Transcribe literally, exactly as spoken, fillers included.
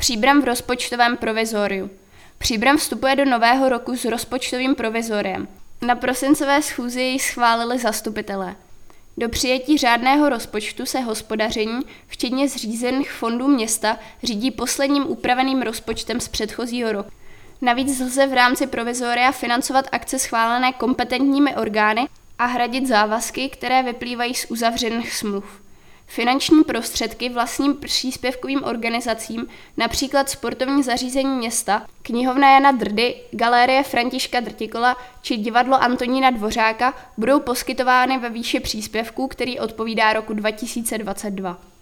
Příbram v rozpočtovém provizoriu. Příbram vstupuje do nového roku s rozpočtovým provizoriem. Na prosincové schůzi jej schválili zastupitelé. Do přijetí řádného rozpočtu se hospodaření, včetně zřízených fondů města, řídí posledním upraveným rozpočtem z předchozího roku. Navíc lze v rámci provizoria financovat akce schválené kompetentními orgány a hradit závazky, které vyplývají z uzavřených smluv. Finanční prostředky vlastním příspěvkovým organizacím, například sportovní zařízení města, knihovna Jana Drdy, galerie Františka Drtikola či divadlo Antonína Dvořáka, budou poskytovány ve výši příspěvku, který odpovídá roku dva tisíce dvacet dva.